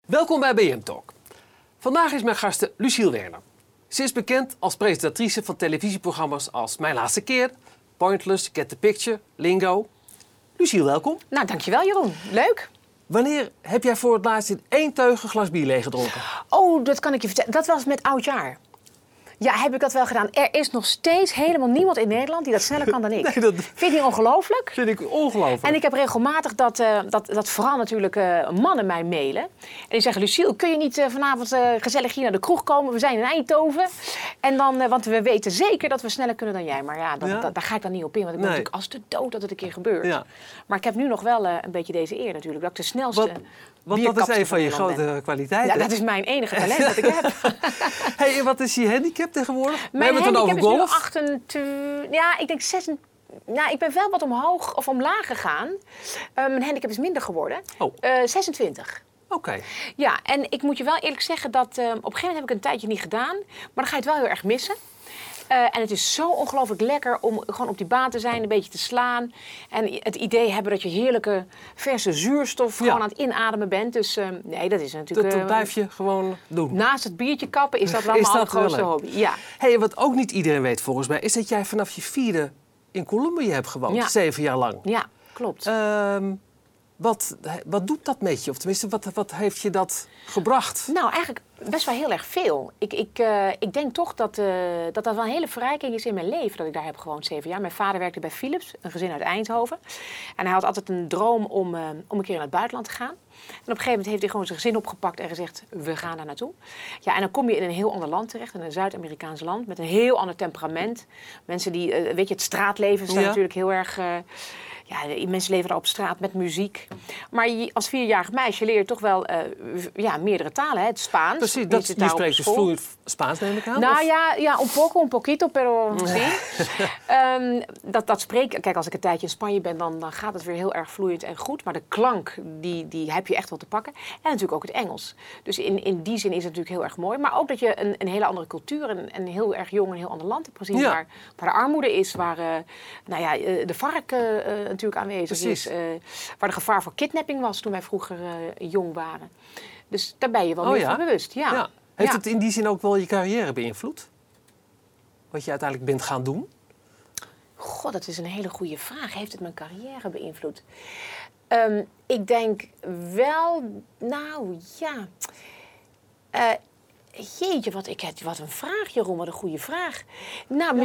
Welkom bij BM Talk. Vandaag is mijn gasten Luciel Werner. Ze is bekend als presentatrice van televisieprogramma's als Mijn Laatste Keer, Pointless, Get the Picture, Lingo. Luciel, welkom. Nou, dankjewel Jeroen. Leuk. Wanneer heb jij voor het laatst in 1 teug een glas bier leeggedronken? Oh, dat kan ik je vertellen. Dat was met Oudjaar. Ja, heb ik dat wel gedaan. Er is nog steeds helemaal niemand in Nederland die dat sneller kan dan ik. Nee, dat Vind je niet ongelooflijk? vind ik ongelooflijk. En ik heb regelmatig dat vooral natuurlijk mannen mij mailen. En die zeggen, Luciel, kun je niet vanavond gezellig hier naar de kroeg komen? We zijn in Eindhoven. En dan, want we weten zeker dat we sneller kunnen dan jij. Maar ja, daar ga ik dan niet op in. Want ik ben natuurlijk als te dood dat het een keer gebeurt. Ja. Maar ik heb nu nog wel een beetje deze eer natuurlijk. Dat ik de snelste Want dat is een van je grote kwaliteiten. Ja, dat is mijn enige talent dat ik heb. Hey, en wat is je handicap tegenwoordig? Mijn We hebben het handicap over is golf. nu 28... Ja, ik denk 26... Nou, ik ben wel wat omhoog of omlaag gegaan. Mijn handicap is minder geworden. 26. Oké. Ja, en ik moet je wel eerlijk zeggen dat... op een gegeven moment heb ik een tijdje niet gedaan. Maar dan ga je het wel heel erg missen. En het is zo ongelooflijk lekker om gewoon op die baan te zijn, een beetje te slaan. En het idee hebben dat je heerlijke verse zuurstof gewoon aan het inademen bent. Dus nee, dat is natuurlijk... Dat blijf je gewoon doen. Naast het biertje kappen is dat wel mijn allergrootste hobby. Ja. Hey, wat ook niet iedereen weet volgens mij, is dat jij vanaf je 4e in Colombia hebt gewoond. 7 jaar lang. Ja, klopt. Wat doet dat met je? Of tenminste, wat heeft je dat gebracht? Nou, eigenlijk best wel heel erg veel. Ik denk toch dat wel een hele verrijking is in mijn leven dat ik daar heb gewoond 7 jaar. Mijn vader werkte bij Philips, een gezin uit Eindhoven. En hij had altijd een droom om een keer naar het buitenland te gaan. En op een gegeven moment heeft hij gewoon zijn gezin opgepakt en gezegd, we gaan daar naartoe. Ja, en dan kom je in een heel ander land terecht, in een Zuid-Amerikaans land, met een heel ander temperament. Mensen die, weet je, het straatleven is daar natuurlijk heel erg... Ja, mensen leven daar op straat met muziek. Maar als 4-jarig meisje leer je toch wel meerdere talen. Hè? Het Spaans. Precies, je spreekt dus vloeiend Spaans, neem ik aan? Nou ja, un poquito, pero sí. Dat spreek... Kijk, als ik een tijdje in Spanje ben, dan gaat het weer heel erg vloeiend en goed. Maar de klank, die heb je echt wel te pakken. En natuurlijk ook het Engels. Dus in die zin is het natuurlijk heel erg mooi. Maar ook dat je een hele andere cultuur en een heel erg jong en heel ander land hebt gezien. Ja. Waar de armoede is, waar de vark... natuurlijk aanwezig is. Waar de gevaar voor kidnapping was toen wij vroeger jong waren. Dus daar ben je wel meer van bewust. Ja. Ja. Heeft het in die zin ook wel je carrière beïnvloed? Wat je uiteindelijk bent gaan doen? God, dat is een hele goede vraag. Heeft het mijn carrière beïnvloed? Ik denk wel... Nou, ja... Jeetje, wat een vraag, Jeroen. Wat een goede vraag. Nou,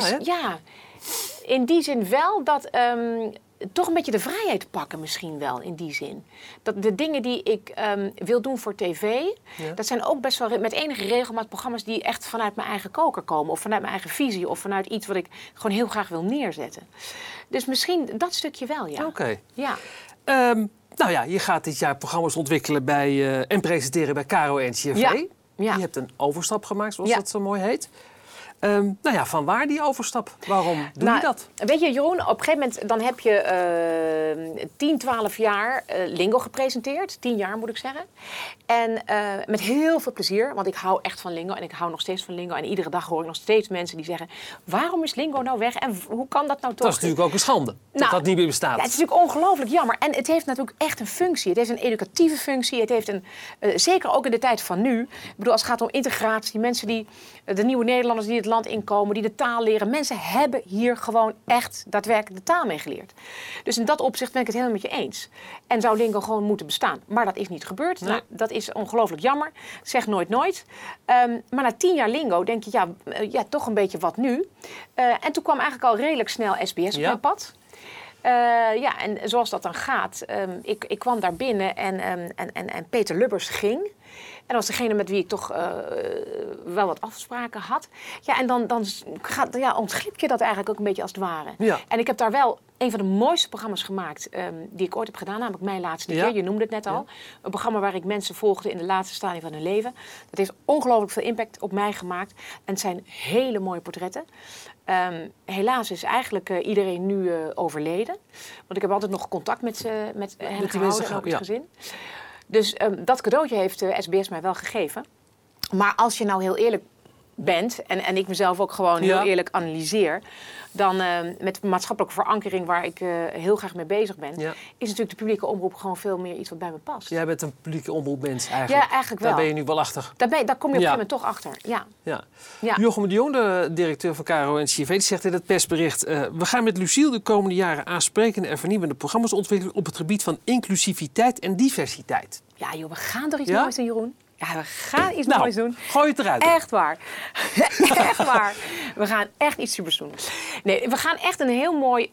in die zin wel dat... toch een beetje de vrijheid pakken misschien wel, in die zin. Dat de dingen die ik wil doen voor tv... dat zijn ook best wel met enige regelmaat programma's... die echt vanuit mijn eigen koker komen. Of vanuit mijn eigen visie. Of vanuit iets wat ik gewoon heel graag wil neerzetten. Dus misschien dat stukje wel, ja. Oké. Ja. Nou ja, je gaat dit jaar programma's ontwikkelen en presenteren bij Caro en NCRV. Ja. Je hebt een overstap gemaakt, zoals dat zo mooi heet. Van waar die overstap? Waarom doe je dat? Weet je, Jeroen, op een gegeven moment dan heb je 10, 12 jaar Lingo gepresenteerd. 10 jaar moet ik zeggen. En met heel veel plezier, want ik hou echt van Lingo en ik hou nog steeds van Lingo. En iedere dag hoor ik nog steeds mensen die zeggen, waarom is Lingo nou weg en hoe kan dat nou toch? Dat is natuurlijk ook een schande, dat dat niet meer bestaat. Ja, het is natuurlijk ongelooflijk jammer. En het heeft natuurlijk echt een functie. Het heeft een educatieve functie. Het heeft zeker ook in de tijd van nu. Ik bedoel, als het gaat om integratie, mensen die, de nieuwe Nederlanders die het land inkomen, die de taal leren. Mensen hebben hier gewoon echt daadwerkelijk de taal mee geleerd. Dus in dat opzicht ben ik het helemaal met je eens. En zou Lingo gewoon moeten bestaan. Maar dat is niet gebeurd. Nee. Nou, dat is ongelooflijk jammer. Zeg nooit nooit. Maar na 10 jaar Lingo denk je, toch een beetje wat nu. En toen kwam eigenlijk al redelijk snel SBS op mijn pad. En zoals dat dan gaat. Ik kwam daar binnen en Peter Lubbers ging. En dat was degene met wie ik toch wel wat afspraken had. Ja, en dan ontglip je dat eigenlijk ook een beetje als het ware. Ja. En ik heb daar wel een van de mooiste programma's gemaakt die ik ooit heb gedaan. Namelijk Mijn Laatste Keer. Je noemde het net al. Ja. Een programma waar ik mensen volgde in de laatste stadium van hun leven. Dat heeft ongelooflijk veel impact op mij gemaakt. En het zijn hele mooie portretten. Helaas is eigenlijk iedereen nu overleden. Want ik heb altijd nog contact met hen gehouden en ook het gezin. Dus dat cadeautje heeft SBS mij wel gegeven. Maar als je nou heel eerlijk bent... en ik mezelf ook gewoon heel eerlijk analyseer... dan met maatschappelijke verankering... waar ik heel graag mee bezig ben... is natuurlijk de publieke omroep gewoon veel meer iets wat bij me past. Jij bent een publieke omroepmens eigenlijk. Ja, eigenlijk wel. Daar ben je nu wel achter. Daar kom je op een gegeven moment toch achter, ja. Jochem de Jong, de directeur van KRO-NCRV... die zegt in het persbericht... we gaan met Lucille de komende jaren aansprekende en vernieuwende programma's ontwikkelen... op het gebied van inclusiviteit en diversiteit. Ja joh, we gaan er iets moois doen, Jeroen. Ja, we gaan iets moois doen. Gooi het eruit. Echt waar. Echt waar. We gaan echt iets supers doen. Nee, we gaan echt een heel mooi...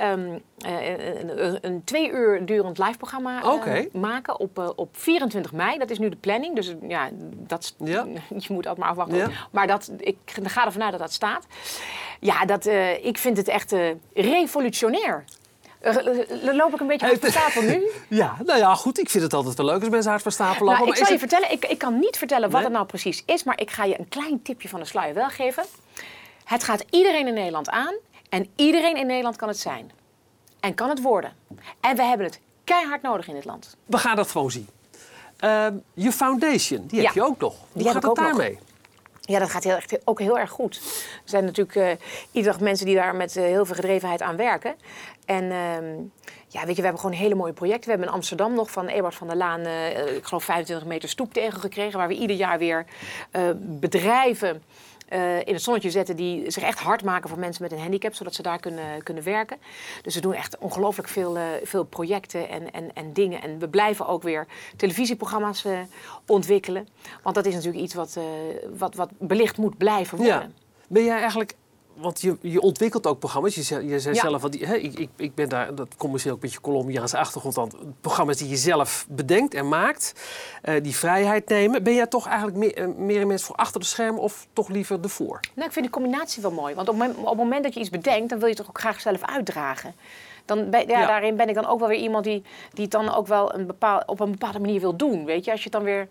een 2 uur durend live programma maken op 24 mei. Dat is nu de planning. Dus je moet altijd maar afwachten. Ja. Maar ik ga ervan uit dat dat staat. Ja, ik vind het echt revolutionair. Loop ik een beetje hard van stapel nu? Ja, nou ja, goed. Ik vind het altijd wel leuk als mensen hard van stapel lopen. Ik zal je vertellen, ik kan niet vertellen wat het nou precies is... maar ik ga je een klein tipje van de sluier wel geven. Het gaat iedereen in Nederland aan... en iedereen in Nederland kan het zijn. En kan het worden. En we hebben het keihard nodig in dit land. We gaan dat gewoon zien. Je foundation, die heb je ook nog. Hoe gaat het daarmee? Ja, dat gaat ook heel erg goed. Er zijn natuurlijk iedere dag mensen die daar met heel veel gedrevenheid aan werken. En weet je, we hebben gewoon hele mooie projecten. We hebben in Amsterdam nog van Eberhard van der Laan, ik geloof 25 meter stoeptegel gekregen. Waar we ieder jaar weer bedrijven in het zonnetje zetten die zich echt hard maken voor mensen met een handicap. Zodat ze daar kunnen werken. Dus we doen echt ongelooflijk veel projecten en dingen. En we blijven ook weer televisieprogramma's ontwikkelen. Want dat is natuurlijk iets wat belicht moet blijven worden. Ja. Ben jij eigenlijk... Want je ontwikkelt ook programma's. Je zei zelf, ik ben daar, dat commercieel ook met je Colombiaanse achtergrond aan. Programma's die je zelf bedenkt en maakt, die vrijheid nemen. Ben jij toch eigenlijk meer een mens voor achter de schermen of toch liever ervoor? Nou, ik vind de combinatie wel mooi. Want op het moment dat je iets bedenkt, dan wil je het toch ook graag zelf uitdragen. Daarin ben ik dan ook wel weer iemand die het dan ook wel op een bepaalde manier wil doen. Weet je, als je het dan weer...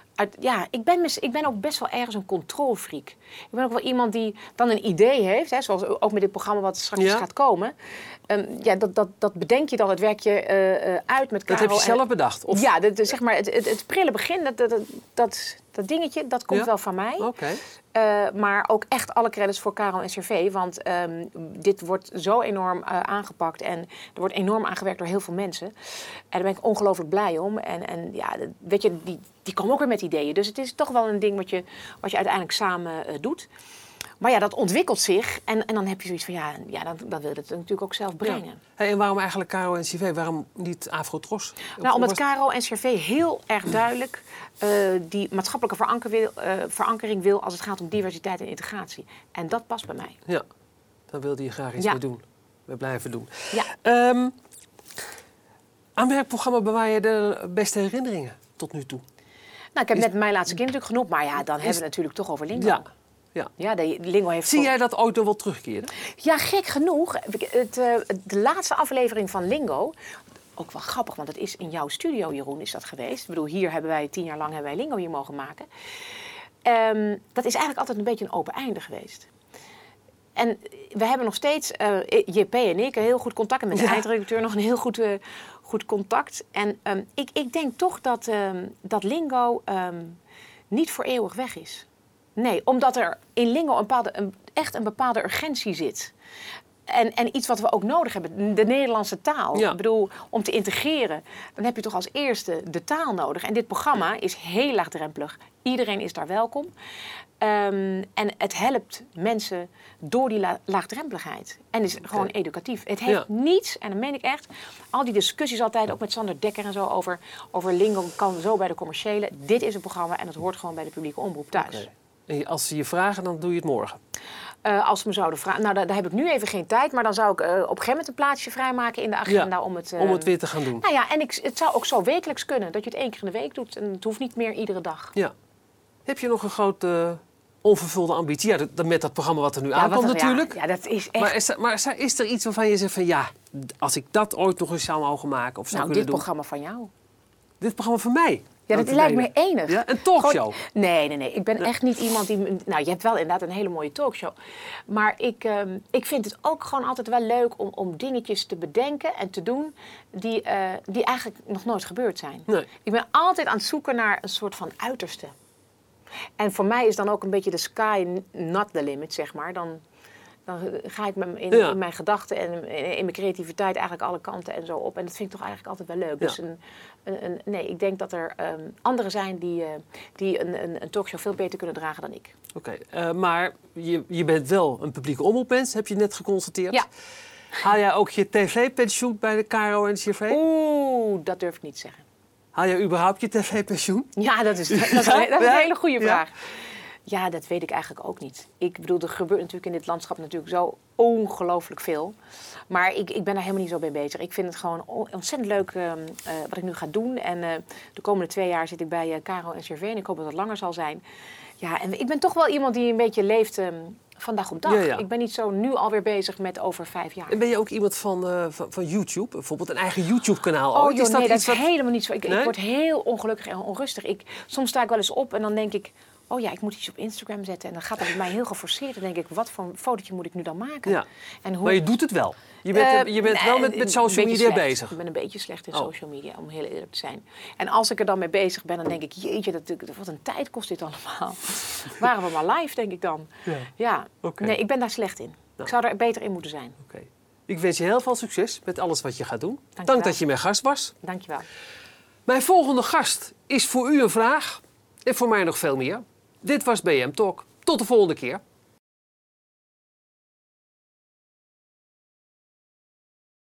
ik ben ook best wel ergens een controlfreak. Ik ben ook wel iemand die dan een idee heeft, hè, zoals ook met dit programma wat straks gaat komen. Dat bedenk je dan, dat werk je uit met Karel. Dat heb je zelf bedacht? Of? Ja, zeg maar het prille begin, dat dingetje, dat komt wel van mij. Okay. Maar ook echt alle credits voor KRO-NCRV. Want dit wordt zo enorm aangepakt. En er wordt enorm aan gewerkt door heel veel mensen. En daar ben ik ongelooflijk blij om. En weet je, die komen ook weer met ideeën. Dus het is toch wel een ding wat je uiteindelijk samen doet. Maar ja, dat ontwikkelt zich. En dan heb je zoiets van, dan wil je het natuurlijk ook zelf brengen. Ja. Hey, en waarom eigenlijk KRO-NCRV? Waarom niet Afrotros? Nou, omdat KRO-NCRV heel erg duidelijk die maatschappelijke verankering wil als het gaat om diversiteit en integratie. En dat past bij mij. Ja, dan wilde je graag iets mee doen. We blijven doen. Ja. Aan welk programma bewaar je de beste herinneringen tot nu toe? Nou, ik heb net Mijn Laatste Kind natuurlijk genoemd. Maar dan hebben we het natuurlijk toch over Lingo. Ja, de Lingo heeft... Zie jij dat ooit nog wel terugkeren? Ja, gek genoeg. De laatste aflevering van Lingo... Ook wel grappig, want het is in jouw studio, Jeroen, is dat geweest. Ik bedoel, hier hebben wij 10 jaar lang Lingo hier mogen maken. Dat is eigenlijk altijd een beetje een open einde geweest. En we hebben nog steeds, JP en ik, een heel goed contact. En met de eindredacteur nog een heel goed contact. En ik denk toch dat Lingo niet voor eeuwig weg is. Nee, omdat er in Lingo echt een bepaalde urgentie zit. En iets wat we ook nodig hebben, de Nederlandse taal. Ja. Ik bedoel, om te integreren, dan heb je toch als eerste de taal nodig. En dit programma is heel laagdrempelig. Iedereen is daar welkom. En het helpt mensen door die laagdrempeligheid. En is gewoon educatief. Het heeft niets, en dat meen ik echt... al die discussies altijd, ook met Sander Dekker en zo... over Lingo kan zo bij de commerciële. Dit is een programma en dat hoort gewoon bij de publieke omroep thuis. Okay. En als ze je vragen, dan doe je het morgen? Als ze me zouden vragen... Nou, daar heb ik nu even geen tijd. Maar dan zou ik op een gegeven moment een plaatsje vrijmaken in de agenda om het weer te gaan doen. Nou ja, en het zou ook zo wekelijks kunnen. Dat je het 1 keer in de week doet. En het hoeft niet meer iedere dag. Ja. Heb je nog een grote onvervulde ambitie? Ja, met dat programma wat er nu aankomt natuurlijk. Ja, dat is echt... Maar is er iets waarvan je zegt van... ja, als ik dat ooit nog eens zou mogen maken of zou kunnen doen... dit programma van jou. Dit programma van mij? Ja, dat lijkt me enig. Ja? Een talkshow? Nee. Ik ben echt niet iemand die... Nou, je hebt wel inderdaad een hele mooie talkshow. Maar ik vind het ook gewoon altijd wel leuk om dingetjes te bedenken en te doen... die eigenlijk nog nooit gebeurd zijn. Nee. Ik ben altijd aan het zoeken naar een soort van uiterste. En voor mij is dan ook een beetje de sky not the limit, zeg maar. Dan ga ik in mijn gedachten en in mijn creativiteit eigenlijk alle kanten en zo op. En dat vind ik toch eigenlijk altijd wel leuk. Ja. Dus nee, ik denk dat er anderen zijn die een talkshow veel beter kunnen dragen dan ik. Oké, maar je bent wel een publieke omroepmens, heb je net geconstateerd. Ja. Haal jij ook je tv-pensioen bij de KRO-NCRV? Oeh, dat durf ik niet te zeggen. Haal jij überhaupt je tv-pensioen? Ja, dat is een hele goede vraag. Ja, dat weet ik eigenlijk ook niet. Ik bedoel, er gebeurt natuurlijk in dit landschap natuurlijk zo ongelooflijk veel. Maar ik ben daar helemaal niet zo mee bezig. Ik vind het gewoon ontzettend leuk wat ik nu ga doen. En de komende 2 jaar zit ik bij KRO-NCRV en ik hoop dat het langer zal zijn. Ja, en ik ben toch wel iemand die een beetje leeft van dag op dag. Ja. Ik ben niet zo nu alweer bezig met over 5 jaar. En ben je ook iemand van YouTube? Bijvoorbeeld een eigen YouTube-kanaal? Oh joh, nee, dat is helemaal niet zo. Ik word heel ongelukkig en onrustig. Soms sta ik wel eens op en dan denk ik... oh ja, ik moet iets op Instagram zetten. En dan gaat dat bij mij heel geforceerd. Dan denk ik, wat voor een fotootje moet ik nu dan maken? Ja. En hoe... Maar je doet het wel. Je bent wel met social media bezig. Ik ben een beetje slecht in social media, om heel eerlijk te zijn. En als ik er dan mee bezig ben, dan denk ik... jeetje, wat een tijd kost dit allemaal. Waren we maar live, denk ik dan. Ja. Okay. Nee, ik ben daar slecht in. Nou. Ik zou er beter in moeten zijn. Okay. Ik wens je heel veel succes met alles wat je gaat doen. Dank dat je mijn gast was. Dank je wel. Mijn volgende gast is voor u een vraag. En voor mij nog veel meer. Dit was BM Talk. Tot de volgende keer.